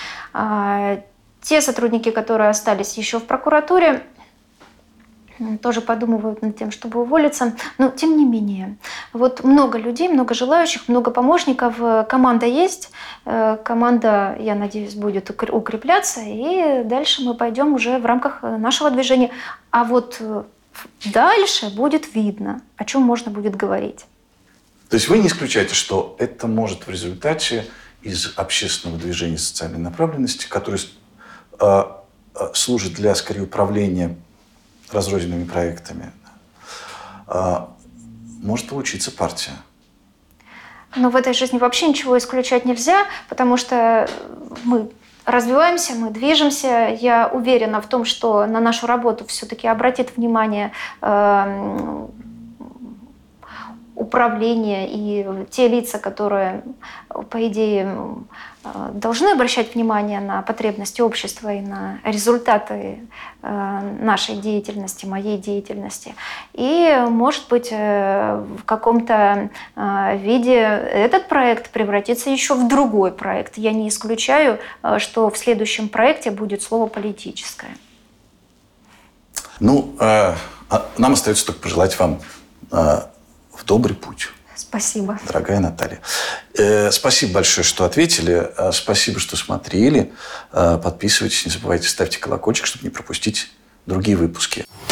Те сотрудники, которые остались еще в прокуратуре, тоже подумывают над тем, чтобы уволиться. Но тем не менее, вот много людей, много желающих, много помощников. Команда есть. Команда, я надеюсь, будет укрепляться. И дальше мы пойдем уже в рамках нашего движения. А вот дальше будет видно, о чем можно будет говорить. То есть вы не исключаете, что это может в результате из общественного движения социальной направленности, которое служит для, скорее, управления разрозненными проектами, может получиться партия. Но в этой жизни вообще ничего исключать нельзя, потому что мы развиваемся, мы движемся. Я уверена в том, что на нашу работу все-таки обратит внимание управление и те лица, которые, по идее, должны обращать внимание на потребности общества и на результаты нашей деятельности, моей деятельности. И, может быть, в каком-то виде этот проект превратится еще в другой проект. Я не исключаю, что в следующем проекте будет слово «политическое». Ну, нам остается только пожелать вам в добрый путь. Спасибо. Дорогая Наталья. Спасибо большое, что ответили. Спасибо, что смотрели. Подписывайтесь, не забывайте ставьте колокольчик, чтобы не пропустить другие выпуски.